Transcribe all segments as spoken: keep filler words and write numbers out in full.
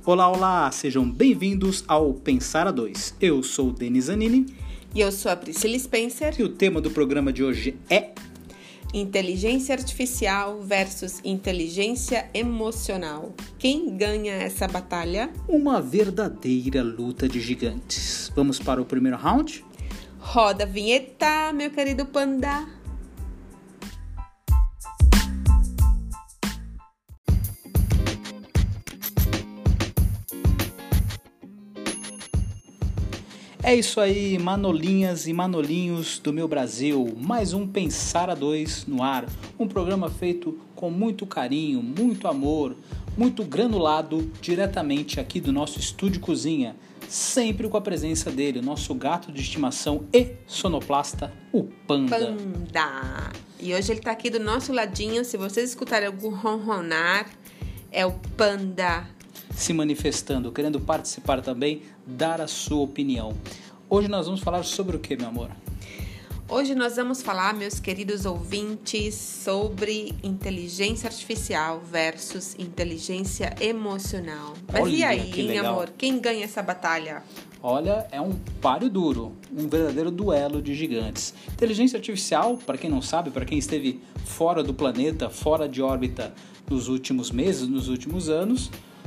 Olá, olá, sejam bem-vindos ao Pensar a Dois. Eu sou o Denis Zanini. E eu sou a Priscila Spencer. E o tema do programa de hoje é... Inteligência artificial versus inteligência emocional. Quem ganha essa batalha? Uma verdadeira luta de gigantes. Vamos para o primeiro round? Roda a vinheta, meu querido panda. É isso aí, manolinhas e manolinhos do meu Brasil. Mais um Pensar a Dois no ar. Um programa feito com muito carinho, muito amor, muito granulado, diretamente aqui do nosso estúdio cozinha. Sempre com a presença dele, o nosso gato de estimação e sonoplasta, o Panda. Panda! E hoje ele tá aqui do nosso ladinho. Se vocês escutarem algum ronronar, é o Panda se manifestando, querendo participar também, dar a sua opinião. Hoje nós vamos falar sobre o que, meu amor? Hoje nós vamos falar, meus queridos ouvintes, sobre inteligência artificial versus inteligência emocional. Mas Olha, e aí, que hein, legal. amor? Quem ganha essa batalha? Olha, é um páreo duro, um verdadeiro duelo de gigantes. Inteligência artificial, para quem não sabe, para quem esteve fora do planeta, fora de órbita nos últimos meses, nos últimos anos,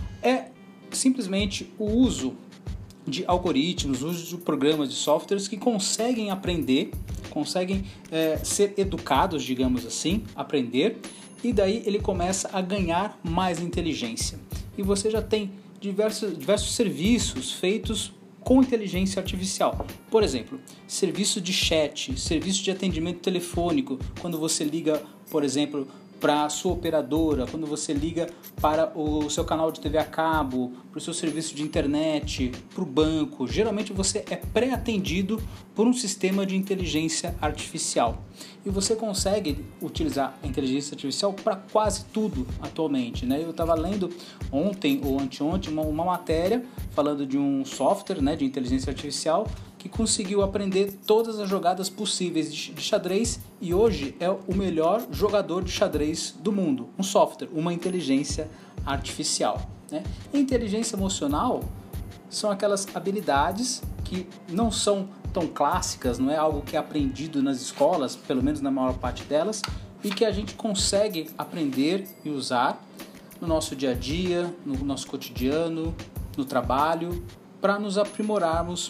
é simplesmente o uso de algoritmos, o uso de programas, de softwares que conseguem aprender, conseguem é, ser educados, digamos assim, aprender, e daí ele começa a ganhar mais inteligência. E você já tem diversos, diversos serviços feitos com inteligência artificial. Por exemplo, serviço de chat, serviço de atendimento telefônico, quando você liga, por exemplo, para a sua operadora, quando você liga para o seu canal de T V a cabo, para o seu serviço de internet, para o banco. Geralmente você é pré-atendido por um sistema de inteligência artificial. E você consegue utilizar a inteligência artificial para quase tudo atualmente, né? Eu estava lendo ontem ou anteontem uma, uma matéria falando de um software, né, de inteligência artificial que conseguiu aprender todas as jogadas possíveis de xadrez e hoje é o melhor jogador de xadrez do mundo. Um software, uma inteligência artificial, né? E inteligência emocional são aquelas habilidades que não são tão clássicas, não é algo que é aprendido nas escolas, pelo menos na maior parte delas, e que a gente consegue aprender e usar no nosso dia a dia, no nosso cotidiano, no trabalho, para nos aprimorarmos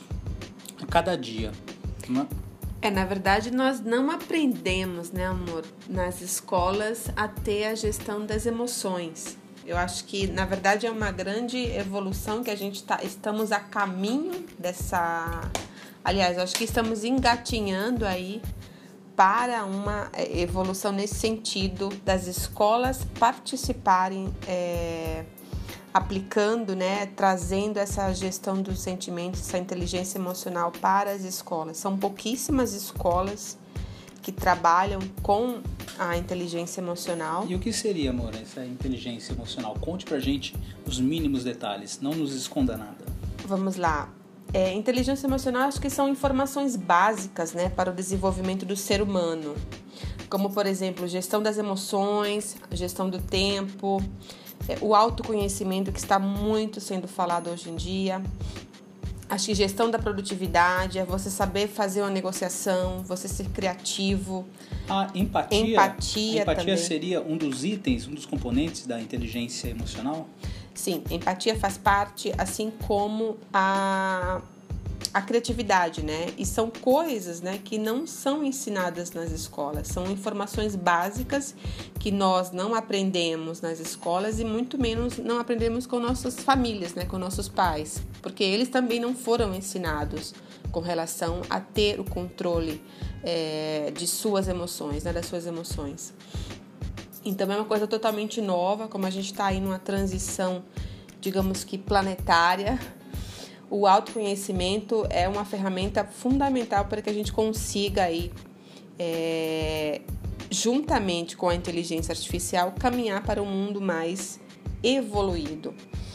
a cada dia. Né? É, na verdade, nós não aprendemos, né, amor, nas escolas a ter a gestão das emoções. Eu acho que, na verdade, é uma grande evolução que a gente tá, estamos a caminho dessa... Aliás, eu acho que estamos engatinhando aí para uma evolução nesse sentido das escolas participarem, é, aplicando, né, trazendo essa gestão dos sentimentos, essa inteligência emocional para as escolas. São pouquíssimas escolas que trabalham com a inteligência emocional. E o que seria, amor, essa inteligência emocional? Conte pra gente os mínimos detalhes, não nos esconda nada. Vamos lá. É, inteligência emocional, acho que são informações básicas, né, para o desenvolvimento do ser humano. Como, por exemplo, gestão das emoções, gestão do tempo, é, o autoconhecimento, que está muito sendo falado hoje em dia. Acho que gestão da produtividade, é você saber fazer uma negociação, você ser criativo. A empatia, empatia, a empatia também seria um dos itens, um dos componentes da inteligência emocional? Sim, empatia faz parte, assim como a, a criatividade, né? E são coisas, né, que não são ensinadas nas escolas. São informações básicas que nós não aprendemos nas escolas e muito menos não aprendemos com nossas famílias, né, com nossos pais. Porque eles também não foram ensinados com relação a ter o controle é, de suas emoções, né, das suas emoções. Então é uma coisa totalmente nova, como a gente está aí numa transição, digamos que planetária. O autoconhecimento é uma ferramenta fundamental para que a gente consiga aí, é, juntamente com a inteligência artificial, caminhar para um mundo mais evoluído.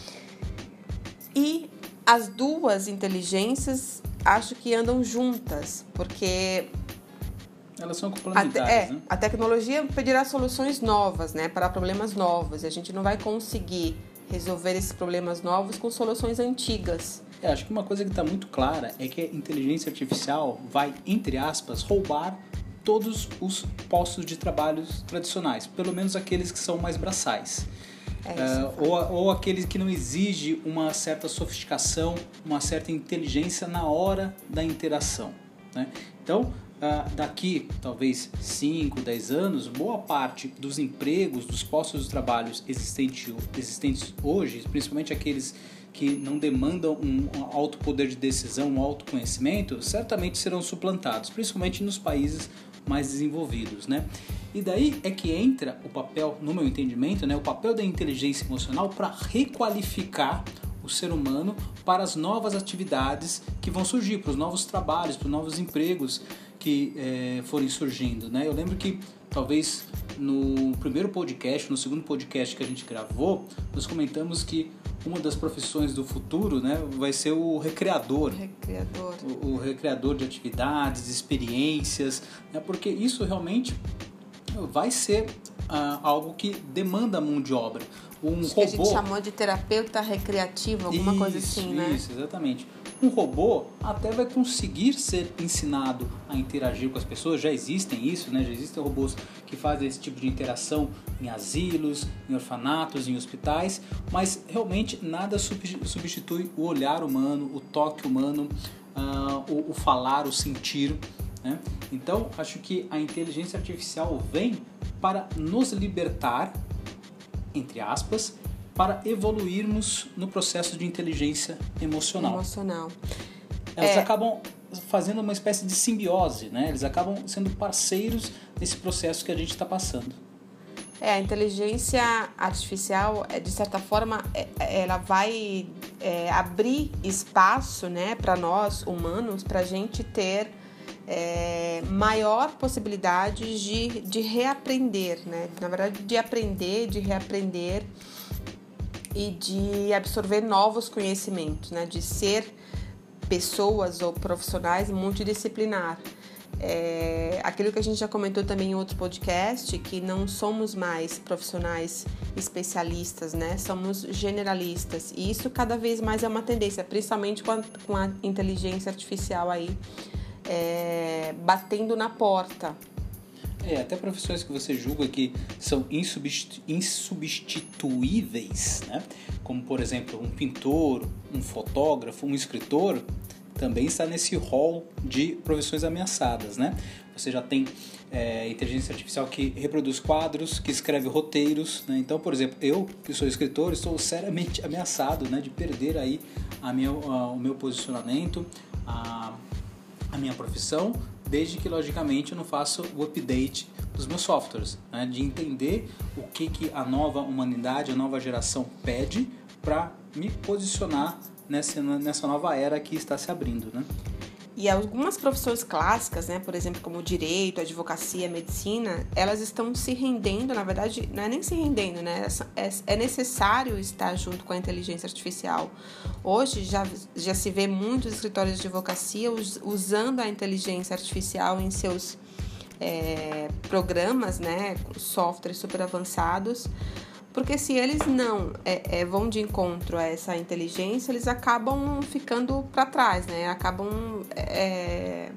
E as duas inteligências acho que andam juntas, porque elas são complementares, a, é, né? A tecnologia pedirá soluções novas, né, para problemas novos. E a gente não vai conseguir resolver esses problemas novos com soluções antigas. É, acho que uma coisa que está muito clara é que a inteligência artificial vai, entre aspas, roubar todos os postos de trabalho tradicionais, pelo menos aqueles que são mais braçais. É uh, ou, ou aqueles que não exigem uma certa sofisticação, uma certa inteligência na hora da interação, né? Então, uh, daqui talvez cinco, dez anos, boa parte dos empregos, dos postos de trabalho existente, existentes hoje, principalmente aqueles que não demandam um alto poder de decisão, um autoconhecimento, certamente serão suplantados, principalmente nos países mais desenvolvidos, né? E daí é que entra o papel, no meu entendimento, né, o papel da inteligência emocional para requalificar o ser humano para as novas atividades que vão surgir, para os novos trabalhos, para os novos empregos que é, forem surgindo, né? Eu lembro que talvez no primeiro podcast, no segundo podcast que a gente gravou, nós comentamos que uma das profissões do futuro, né, vai ser o recreador. Recreador. O, o recreador de atividades, de experiências, né, porque isso realmente vai ser uh, algo que demanda mão de obra. Um Acho robô... que a gente chamou de terapeuta recreativo, alguma isso, coisa assim, né? Isso, exatamente. Um robô até vai conseguir ser ensinado a interagir com as pessoas, já existem isso, né? Já existem robôs que fazem esse tipo de interação em asilos, em orfanatos, em hospitais, mas realmente nada substitui o olhar humano, o toque humano, uh, o, o falar, o sentir, né? Então, acho que a inteligência artificial vem para nos libertar, entre aspas, para evoluirmos no processo de inteligência emocional. Emocional. Elas é. acabam fazendo uma espécie de simbiose, né? Eles acabam sendo parceiros nesse processo que a gente está passando. É, a inteligência artificial, de certa forma, ela vai é, abrir espaço, né, para nós, humanos, para a gente ter é, maior possibilidade de, de reaprender, né? Na verdade, de aprender, de reaprender e de absorver novos conhecimentos, né? De ser pessoas ou profissionais multidisciplinar. É, aquilo que a gente já comentou também em outro podcast, que não somos mais profissionais especialistas, né? Somos generalistas. E isso cada vez mais é uma tendência, principalmente com a, com a inteligência artificial aí é, batendo na porta. É, até profissões que você julga que são insubstitu- insubstituíveis, né? Como, por exemplo, um pintor, um fotógrafo, um escritor, também está nesse rol de profissões ameaçadas, né? Você já tem é, inteligência artificial que reproduz quadros, que escreve roteiros, né? Então, por exemplo, eu, que sou escritor, estou seriamente ameaçado, né, de perder aí a minha, a, o meu posicionamento, a, a minha profissão, desde que, logicamente, eu não faço o update dos meus softwares, né? De entender o que, que a nova humanidade, a nova geração pede para me posicionar nessa, nessa nova era que está se abrindo, né? E algumas profissões clássicas, né, por exemplo, como direito, advocacia, medicina, elas estão se rendendo, na verdade, não é nem se rendendo, né? É necessário estar junto com a inteligência artificial. Hoje já, já se vê muitos escritórios de advocacia usando a inteligência artificial em seus é, programas, né, softwares super avançados, porque se eles não é, é, vão de encontro a essa inteligência, eles acabam ficando para trás, né? Acabam é,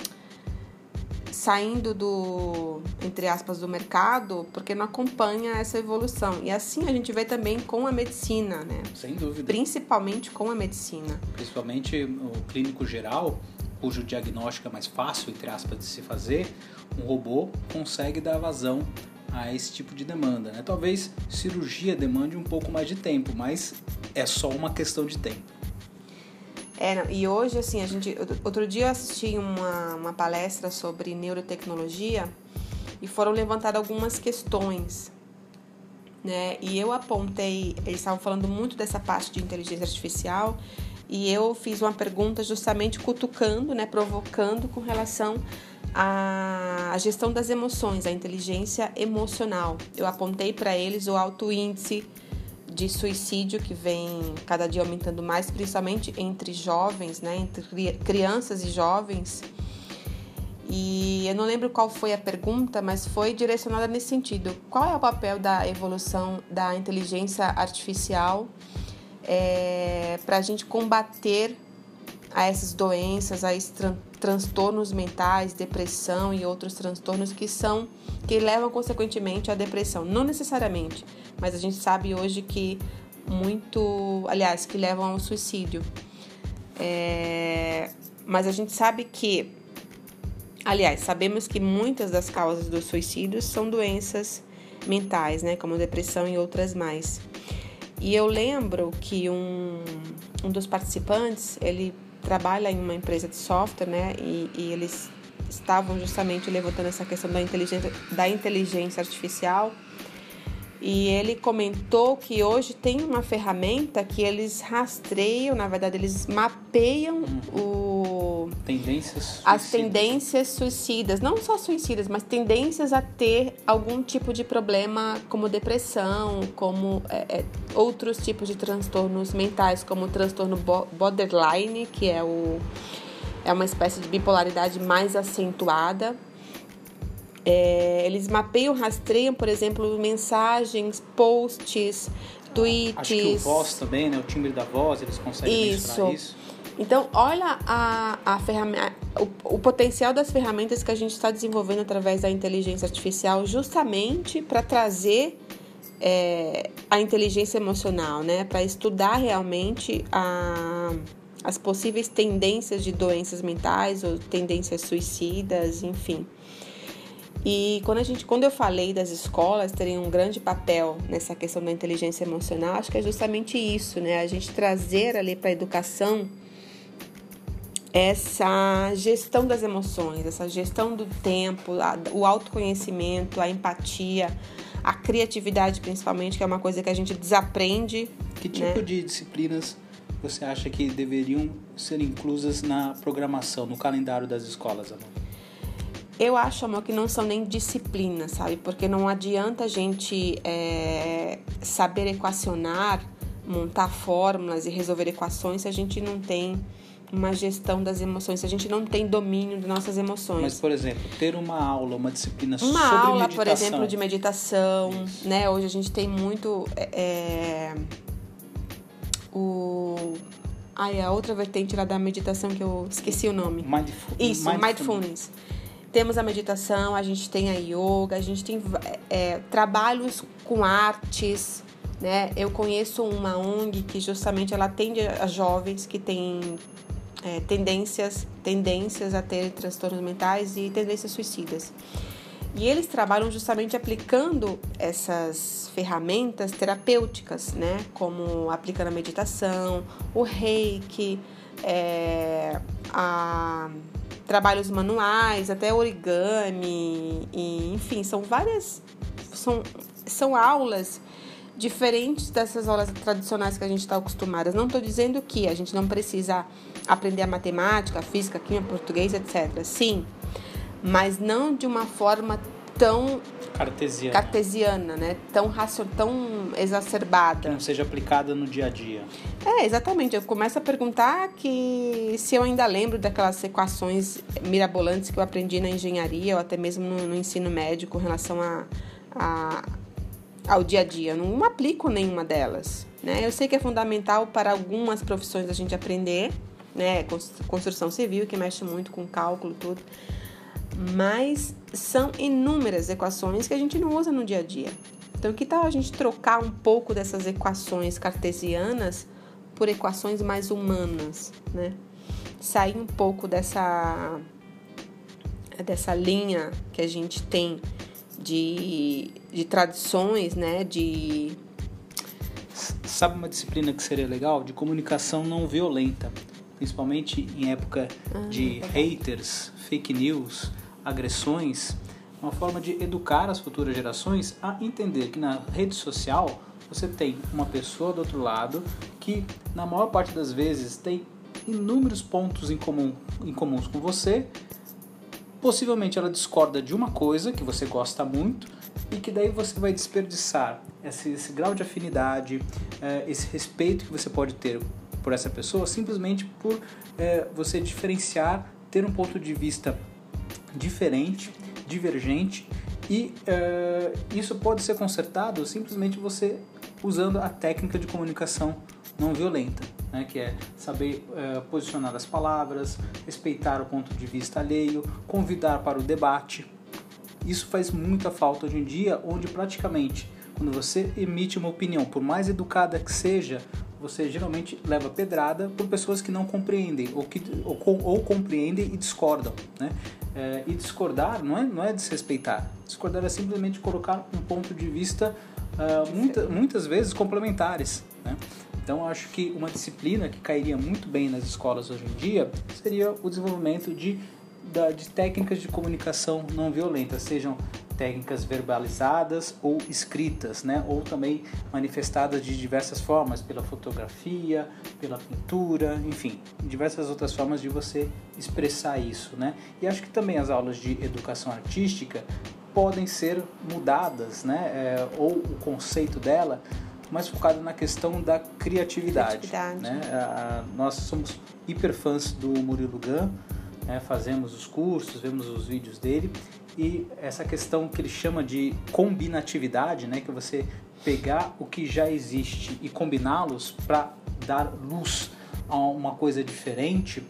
saindo do, entre aspas, do mercado, porque não acompanha essa evolução. E assim a gente vê também com a medicina, né? Sem dúvida. Principalmente com a medicina. Principalmente o clínico geral, cujo diagnóstico é mais fácil, entre aspas, de se fazer, um robô consegue dar vazão a esse tipo de demanda, né? Talvez cirurgia demande um pouco mais de tempo, mas é só uma questão de tempo. É, não, e hoje, assim, a gente... Outro dia eu assisti uma, uma palestra sobre neurotecnologia e foram levantadas algumas questões, né? E eu apontei... Eles estavam falando muito dessa parte de inteligência artificial e eu fiz uma pergunta justamente cutucando, né? Provocando com relação a gestão das emoções, a inteligência emocional. Eu apontei para eles o alto índice de suicídio que vem cada dia aumentando mais, principalmente entre jovens, né, entre crianças e jovens. E eu não lembro qual foi a pergunta, mas foi direcionada nesse sentido. Qual é o papel da evolução da inteligência artificial é, para a gente combater a essas doenças, a esses tran- transtornos mentais, depressão e outros transtornos que são que levam consequentemente à depressão? Não necessariamente, mas a gente sabe hoje que muito, aliás, que levam ao suicídio. É, mas a gente sabe que, aliás, sabemos que muitas das causas dos suicídios são doenças mentais, né, como depressão e outras mais. E eu lembro que um, um dos participantes, ele trabalha em uma empresa de software, né, e, e eles estavam justamente levantando essa questão da inteligência, da inteligência artificial. E ele comentou que hoje tem uma ferramenta que eles rastreiam, na verdade, eles mapeiam uhum. o, tendências as suicidas. tendências suicidas, não só suicidas, mas tendências a ter algum tipo de problema como depressão, como é, é, outros tipos de transtornos mentais, como o transtorno borderline, que é, o, é uma espécie de bipolaridade mais acentuada. É, eles mapeiam, rastreiam, por exemplo, mensagens, posts, tweets. Acho que o voz também, né? O timbre da voz, eles conseguem mensurar isso. Então, olha a, a ferramenta, o, o potencial das ferramentas que a gente está desenvolvendo através da inteligência artificial, justamente para trazer é, a inteligência emocional, né? Para estudar realmente a, as possíveis tendências de doenças mentais ou tendências suicidas, enfim. E quando, a gente, quando eu falei das escolas terem um grande papel nessa questão da inteligência emocional, acho que é justamente isso, né? A gente trazer ali para a educação essa gestão das emoções, essa gestão do tempo, a, o autoconhecimento, a empatia, a criatividade principalmente, que é uma coisa que a gente desaprende. Que tipo né? de disciplinas você acha que deveriam ser inclusas na programação, no calendário das escolas, Amanda? Eu acho, amor, que não são nem disciplinas, sabe? Porque não adianta a gente é, saber equacionar, montar fórmulas e resolver equações se a gente não tem uma gestão das emoções, se a gente não tem domínio das nossas emoções. Mas, por exemplo, ter uma aula, uma disciplina uma sobre aula, meditação. por exemplo, de meditação, Isso. né? Hoje a gente tem muito... É, o... Ai, a outra vertente lá da meditação que eu esqueci o nome. Mindful... Isso, mindfulness. mindfulness. Temos a meditação, a gente tem a yoga, a gente tem é, trabalhos com artes, né? Eu conheço uma O N G que justamente ela atende a jovens que têm é, tendências, tendências a ter transtornos mentais e tendências suicidas. E eles trabalham justamente aplicando essas ferramentas terapêuticas, né? Como aplicando a meditação, o reiki, é, a... trabalhos manuais, até origami, e, enfim, são várias, são, são aulas diferentes dessas aulas tradicionais que a gente está acostumada. Não estou dizendo que a gente não precisa aprender a matemática, a física, a química, português, etcétera. Sim, mas não de uma forma tão cartesiana, cartesiana né? Tão racio... tão exacerbada. Que não seja aplicada no dia a dia. É, exatamente. Eu começo a perguntar que se eu ainda lembro daquelas equações mirabolantes que eu aprendi na engenharia ou até mesmo no, no ensino médio com relação a, a, ao dia a dia. Eu não aplico nenhuma delas, né? Eu sei que é fundamental para algumas profissões a gente aprender, né? Construção civil, que mexe muito com cálculo, tudo. Mas são inúmeras equações que a gente não usa no dia a dia. Então, que tal a gente trocar um pouco dessas equações cartesianas por equações mais humanas, né? Sair um pouco dessa, dessa linha que a gente tem de, de tradições, né? De... Sabe uma disciplina que seria legal? De comunicação não violenta. Principalmente em época ah, de legal. haters, fake news, agressões, uma forma de educar as futuras gerações a entender que na rede social você tem uma pessoa do outro lado que, na maior parte das vezes, tem inúmeros pontos em comum, em comuns com você. Possivelmente ela discorda de uma coisa que você gosta muito e que daí você vai desperdiçar esse, esse grau de afinidade, esse respeito que você pode ter por essa pessoa, simplesmente por é, você diferenciar, ter um ponto de vista diferente, divergente, e uh, isso pode ser consertado simplesmente você usando a técnica de comunicação não violenta, né, que é saber uh, posicionar as palavras, respeitar o ponto de vista alheio, convidar para o debate. Isso faz muita falta hoje em dia, onde praticamente quando você emite uma opinião, por mais educada que seja, você geralmente leva pedrada por pessoas que não compreendem ou, que, ou, ou compreendem e discordam, né? É, e discordar não é, não é desrespeitar. Discordar é simplesmente colocar um ponto de vista uh, muita, muitas vezes complementares, né? Então, acho que uma disciplina que cairia muito bem nas escolas hoje em dia seria o desenvolvimento de, de técnicas de comunicação não violenta, sejam técnicas verbalizadas ou escritas, né? Ou também manifestadas de diversas formas, pela fotografia, pela pintura, enfim, diversas outras formas de você expressar isso, né? E acho que também as aulas de educação artística podem ser mudadas, né? É, ou o conceito dela mais focado na questão da criatividade, criatividade. Né? A, a, nós somos hiperfãs do Murilo Gun, né? Fazemos os cursos, vemos os vídeos dele, e essa questão que ele chama de combinatividade, né? Que é você pegar o que já existe e combiná-los para dar luz a uma coisa diferente,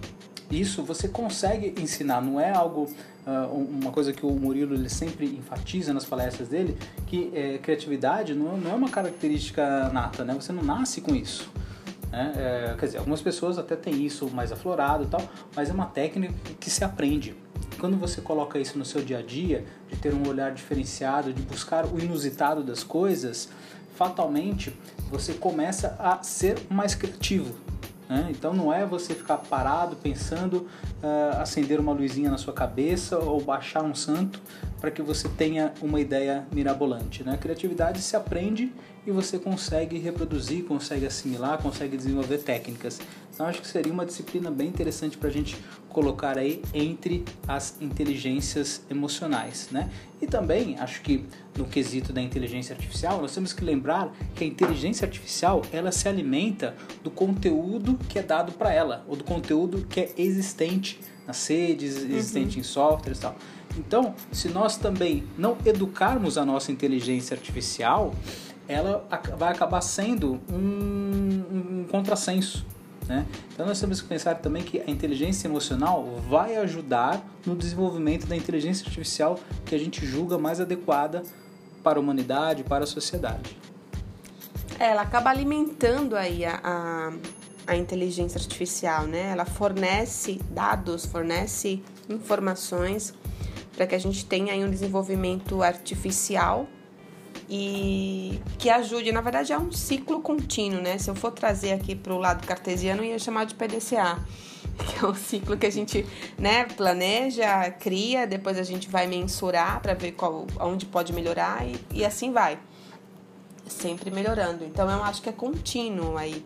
isso você consegue ensinar, não é algo, uh, uma coisa que o Murilo ele sempre enfatiza nas palestras dele, que é, criatividade não, não é uma característica nata, né? Você não nasce com isso. Né? É, quer dizer, algumas pessoas até têm isso mais aflorado e tal, mas é uma técnica que se aprende. Quando você coloca isso no seu dia a dia, de ter um olhar diferenciado, de buscar o inusitado das coisas, fatalmente você começa a ser mais criativo. Né? Então não é você ficar parado pensando, uh, acender uma luzinha na sua cabeça ou baixar um santo para que você tenha uma ideia mirabolante. Né? A criatividade se aprende e você consegue reproduzir, consegue assimilar, consegue desenvolver técnicas. Então acho que seria uma disciplina bem interessante para a gente colocar aí entre as inteligências emocionais, né? E também acho que no quesito da inteligência artificial nós temos que lembrar que a inteligência artificial ela se alimenta do conteúdo que é dado para ela, ou do conteúdo que é existente nas redes, existente uhum. em softwares e tal. Então, se nós também não educarmos a nossa inteligência artificial, ela vai acabar sendo um, um contrassenso. Né? Então nós temos que pensar também que a inteligência emocional vai ajudar no desenvolvimento da inteligência artificial que a gente julga mais adequada para a humanidade, para a sociedade. Ela acaba alimentando aí a, a, a inteligência artificial, né? Ela fornece dados, fornece informações para que a gente tenha aí um desenvolvimento artificial e que ajude, na verdade é um ciclo contínuo, né? Se eu for trazer aqui para o lado cartesiano, eu ia chamar de P D C A, que é um ciclo que a gente, né, planeja, cria, depois a gente vai mensurar para ver qual, onde pode melhorar e, e assim vai, sempre melhorando. Então eu acho que é contínuo aí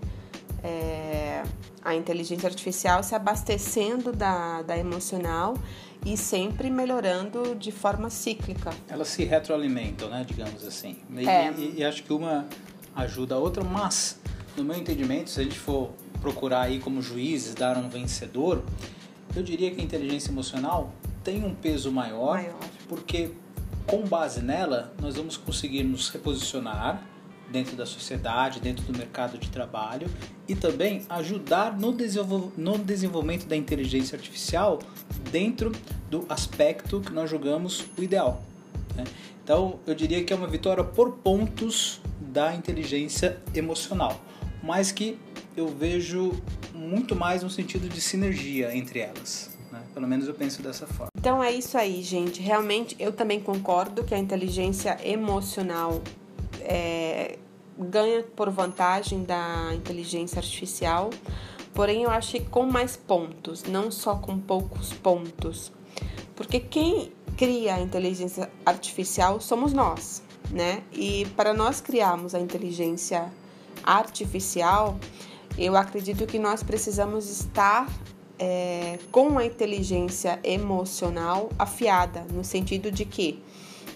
é, a inteligência artificial se abastecendo da, da emocional e sempre melhorando de forma cíclica. Elas se retroalimentam, né, digamos assim. E, é. e, e acho que uma ajuda a outra, mas, no meu entendimento, se a gente for procurar aí como juízes dar um vencedor, eu diria que a inteligência emocional tem um peso maior, maior. Porque com base nela nós vamos conseguir nos reposicionar dentro da sociedade, dentro do mercado de trabalho e também ajudar no, desenvol- no desenvolvimento da inteligência artificial dentro do aspecto que nós julgamos o ideal. Né? Então, eu diria que é uma vitória por pontos da inteligência emocional, mas que eu vejo muito mais no sentido de sinergia entre elas. Né? Pelo menos eu penso dessa forma. Então, é isso aí, gente. Realmente, eu também concordo que a inteligência emocional É, ganha por vantagem da inteligência artificial, porém eu acho que com mais pontos, não só com poucos pontos, porque quem cria a inteligência artificial somos nós, né? E para nós criarmos a inteligência artificial, eu acredito que nós precisamos estar é, com a inteligência emocional afiada, no sentido de que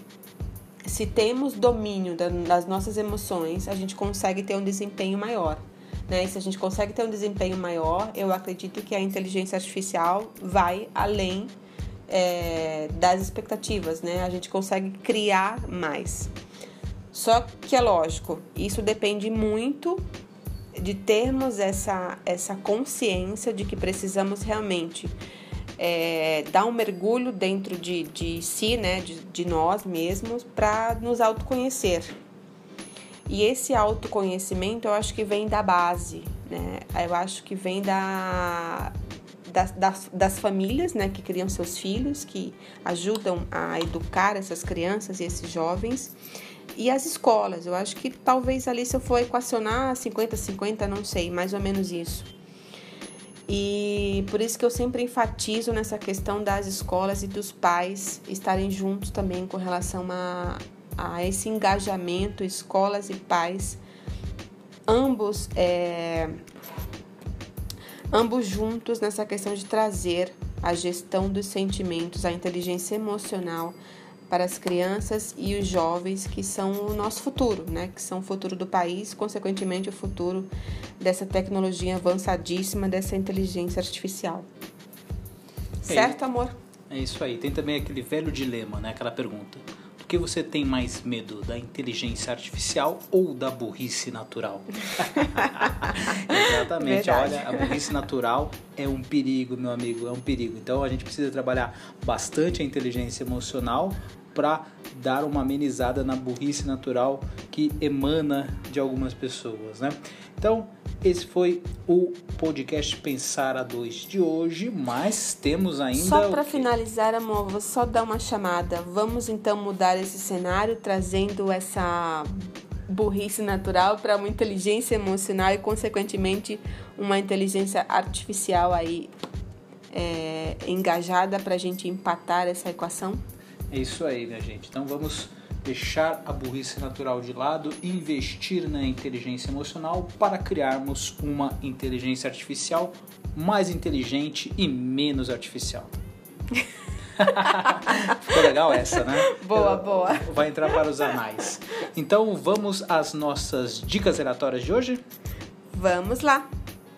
se temos domínio das nossas emoções, a gente consegue ter um desempenho maior, né? E se a gente consegue ter um desempenho maior, eu acredito que a inteligência artificial vai além é, das expectativas, né? A gente consegue criar mais. Só que é lógico, isso depende muito de termos essa, essa consciência de que precisamos realmente é, dar um mergulho dentro de, de si, né, de, de nós mesmos, para nos autoconhecer. E esse autoconhecimento eu acho que vem da base, né? Eu acho que vem da, das, das, das famílias, né, que criam seus filhos, que ajudam a educar essas crianças e esses jovens. E as escolas, eu acho que talvez ali, se eu for equacionar cinquenta a cinquenta, não sei, mais ou menos isso. E por isso que eu sempre enfatizo nessa questão das escolas e dos pais estarem juntos também com relação a, a esse engajamento, escolas e pais, ambos, é, ambos juntos nessa questão de trazer a gestão dos sentimentos, a inteligência emocional para as crianças e os jovens, que são o nosso futuro, né? Que são o futuro do país, consequentemente o futuro dessa tecnologia avançadíssima, dessa inteligência artificial. É, certo, amor? É isso aí. Tem também aquele velho dilema, né? Aquela pergunta: do que você tem mais medo, da inteligência artificial ou da burrice natural? Exatamente. Verdade. Olha, a burrice natural é um perigo, meu amigo, é um perigo. Então a gente precisa trabalhar bastante a inteligência emocional para dar uma amenizada na burrice natural que emana de algumas pessoas, né? Então, esse foi o podcast Pensar a Dois de hoje, mas temos ainda... Só para finalizar, amor, vou só dar uma chamada. Vamos então mudar esse cenário, trazendo essa burrice natural para uma inteligência emocional e, consequentemente, uma inteligência artificial aí é, engajada para a gente empatar essa equação? É isso aí, minha gente. Então vamos deixar a burrice natural de lado e investir na inteligência emocional para criarmos uma inteligência artificial mais inteligente e menos artificial. Ficou legal essa, né? Boa, boa. Vai entrar para os anais. Então vamos às nossas dicas aleatórias de hoje? Vamos lá!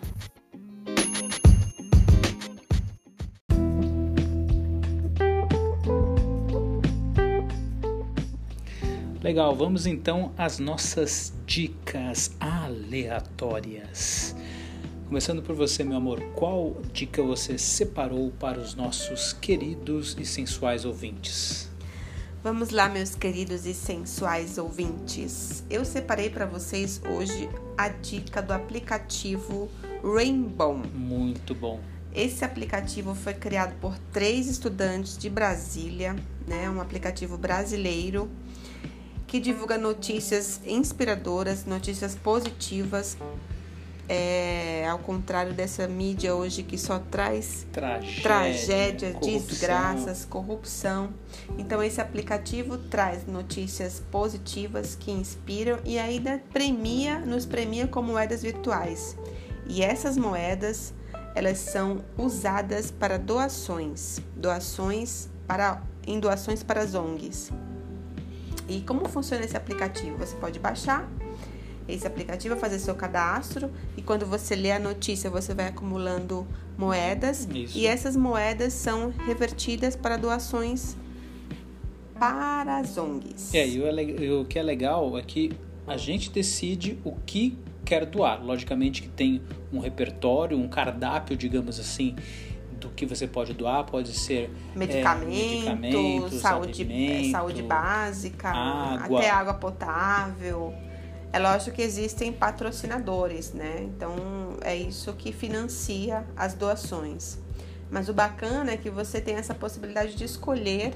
Legal, vamos então às nossas dicas aleatórias. Começando por você, meu amor, qual dica você separou para os nossos queridos e sensuais ouvintes? Vamos lá, meus queridos e sensuais ouvintes. Eu separei para vocês hoje a dica do aplicativo Rainbow. Muito bom. Esse aplicativo foi criado por três estudantes de Brasília, né? Um aplicativo brasileiro que divulga notícias inspiradoras, notícias positivas, é, ao contrário dessa mídia hoje que só traz tragédia, tragédia corrupção. desgraças, corrupção. Então esse aplicativo traz notícias positivas que inspiram e ainda premia, nos premia com moedas virtuais. E essas moedas, elas são usadas para doações, doações para, em doações para as O N Gs. E como funciona esse aplicativo? Você pode baixar esse aplicativo, fazer seu cadastro, e quando você lê a notícia, você vai acumulando moedas. Isso. E essas moedas são revertidas para doações para as O N Gs. É, e o que é legal é que a gente decide o que quer doar. Logicamente que tem um repertório, um cardápio, digamos assim, do que você pode doar. Pode ser medicamentos, é, medicamentos saúde, alimento, saúde básica, água. até água potável. É lógico que existem patrocinadores, né? Então é isso que financia as doações. Mas o bacana é que você tem essa possibilidade de escolher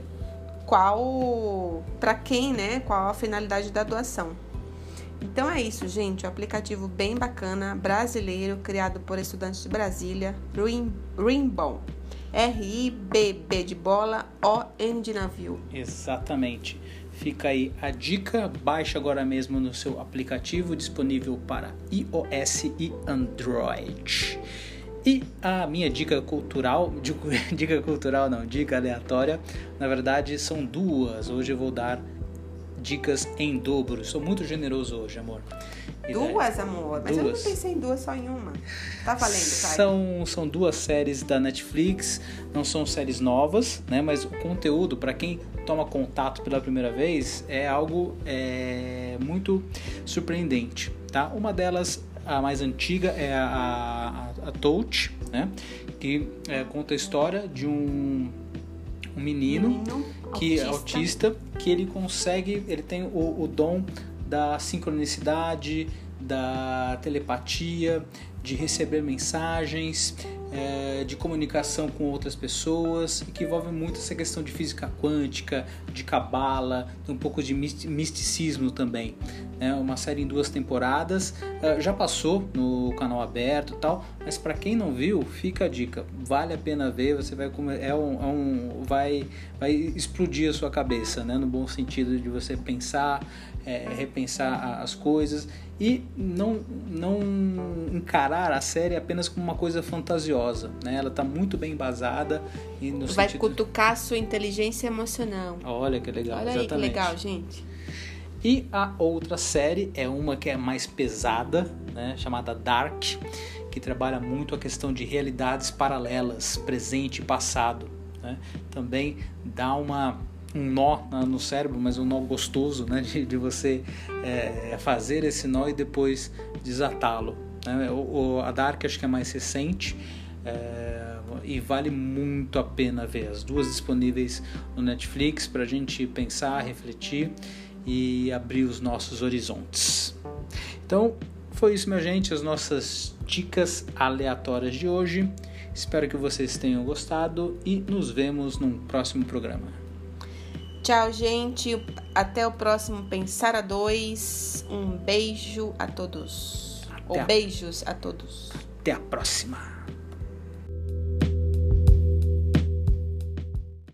qual, para quem, né? Qual a finalidade da doação. Então é isso, gente. Um aplicativo bem bacana, brasileiro, criado por estudantes de Brasília, Rainbow. R I B B de bola, O N de navio. Exatamente. Fica aí a dica. Baixe agora mesmo no seu aplicativo, disponível para iOS e Android. E a minha dica cultural, dica cultural não, dica aleatória, na verdade são duas. Hoje eu vou dar dicas em dobro. Sou muito generoso hoje, amor. Duas, amor? Mas duas. eu não pensei em duas, só em uma. Tá valendo, vai. São, são duas séries da Netflix, não são séries novas, né? Mas o conteúdo, para quem toma contato pela primeira vez, é algo é, muito surpreendente, tá? Uma delas, a mais antiga, é a, a, a Touch, né? Que é, conta a história de um, um menino, menino que autista. é autista, que ele consegue, ele tem o, o dom da sincronicidade, da telepatia, de receber mensagens, é, de comunicação com outras pessoas, e que envolve muito essa questão de física quântica, de cabala, um pouco de misticismo também. É uma série em duas temporadas, é, já passou no canal aberto e tal, mas para quem não viu, fica a dica, vale a pena ver, você vai comer, é um, é um vai, vai explodir a sua cabeça, né, no bom sentido de você pensar, é, repensar as coisas e não, não encarar a série apenas como uma coisa fantasiosa, né? Ela está muito bem embasada e no vai sentido... cutucar a sua inteligência emocional. Olha que legal, Olha exatamente. Aí, que legal, gente. E a outra série é uma que é mais pesada, né? Chamada Dark, que trabalha muito a questão de realidades paralelas, presente e passado, né? Também dá uma um nó no cérebro, mas um nó gostoso, né, de, de você é, fazer esse nó e depois desatá-lo, né? o, o, a Dark acho que é mais recente, é, e vale muito a pena ver, as duas disponíveis no Netflix para a gente pensar, refletir e abrir os nossos horizontes. Então foi isso, minha gente, as nossas dicas aleatórias de hoje. Espero que vocês tenham gostado e nos vemos num próximo programa. Tchau, gente. Até o próximo Pensar a Dois. Um beijo a todos. Até Ou a... beijos a todos. Até a próxima.